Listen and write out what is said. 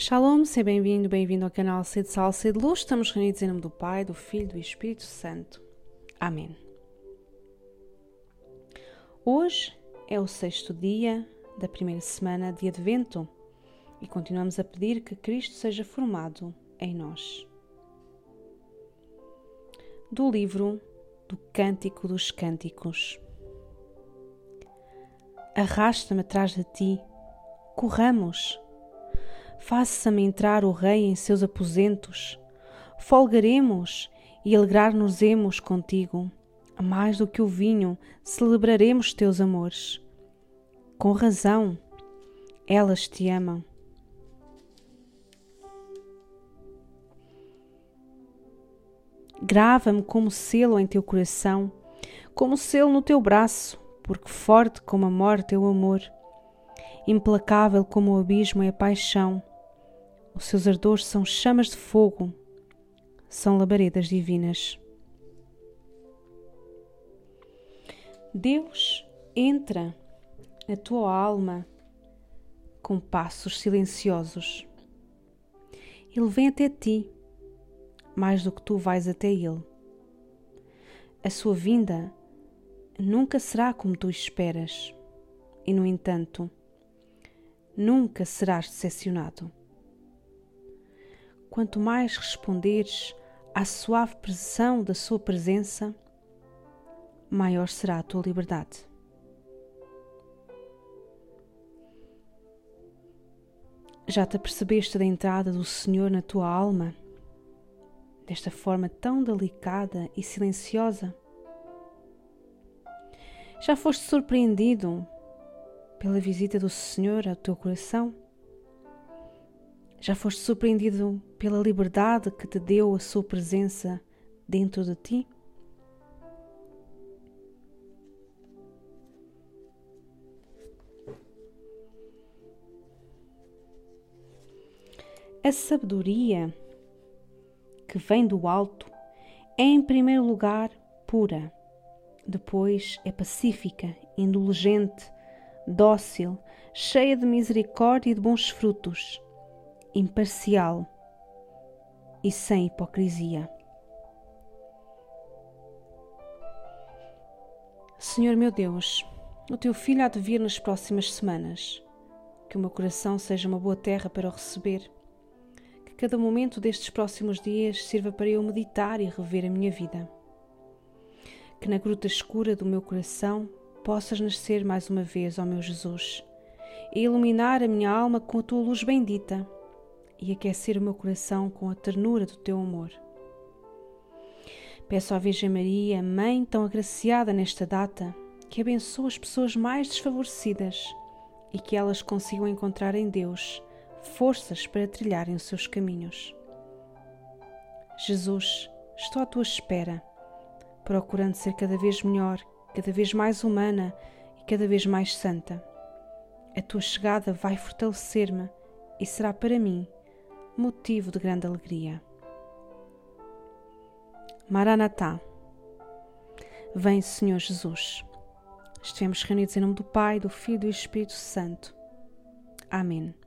Shalom, seja bem-vindo, bem-vindo ao canal Sede Sal, Sede Luz. Estamos reunidos em nome do Pai, do Filho e do Espírito Santo. Amém. Hoje é o 6º dia da primeira semana de Advento e continuamos a pedir que Cristo seja formado em nós. Do livro do Cântico dos Cânticos. Arrasta-me atrás de ti, corramos. Faça-me entrar o Rei em seus aposentos. Folgaremos e alegrar-nos-emos contigo. Mais do que o vinho, celebraremos teus amores. Com razão, elas te amam. Grava-me como selo em teu coração, como selo no teu braço, porque forte como a morte é o amor. Implacável como o abismo é a paixão. Os seus ardores são chamas de fogo, são labaredas divinas. Deus entra na tua alma com passos silenciosos. Ele vem até ti, mais do que tu vais até ele. A sua vinda nunca será como tu esperas e, no entanto, nunca serás decepcionado. Quanto mais responderes à suave pressão da sua presença, maior será a tua liberdade. Já te apercebeste da entrada do Senhor na tua alma, desta forma tão delicada e silenciosa? Já foste surpreendido pela visita do Senhor ao teu coração? Já foste surpreendido pela liberdade que te deu a sua presença dentro de ti? A sabedoria que vem do alto é, em primeiro lugar, pura. Depois é pacífica, indulgente, dócil, cheia de misericórdia e de bons frutos, imparcial e sem hipocrisia. Senhor meu Deus, o teu Filho há de vir nas próximas semanas. Que o meu coração seja uma boa terra para o receber. Que cada momento destes próximos dias sirva para eu meditar e rever a minha vida. Que na gruta escura do meu coração possas nascer mais uma vez, ó meu Jesus, e iluminar a minha alma com a tua luz bendita e aquecer o meu coração com a ternura do teu amor. Peço à Virgem Maria, Mãe tão agraciada nesta data, que abençoe as pessoas mais desfavorecidas e que elas consigam encontrar em Deus forças para trilharem os seus caminhos. Jesus, estou à tua espera, procurando ser cada vez melhor, cada vez mais humana e cada vez mais santa. A tua chegada vai fortalecer-me e será para mim motivo de grande alegria. Maranatá. Vem, Senhor Jesus. Estivemos reunidos em nome do Pai, do Filho e do Espírito Santo. Amém.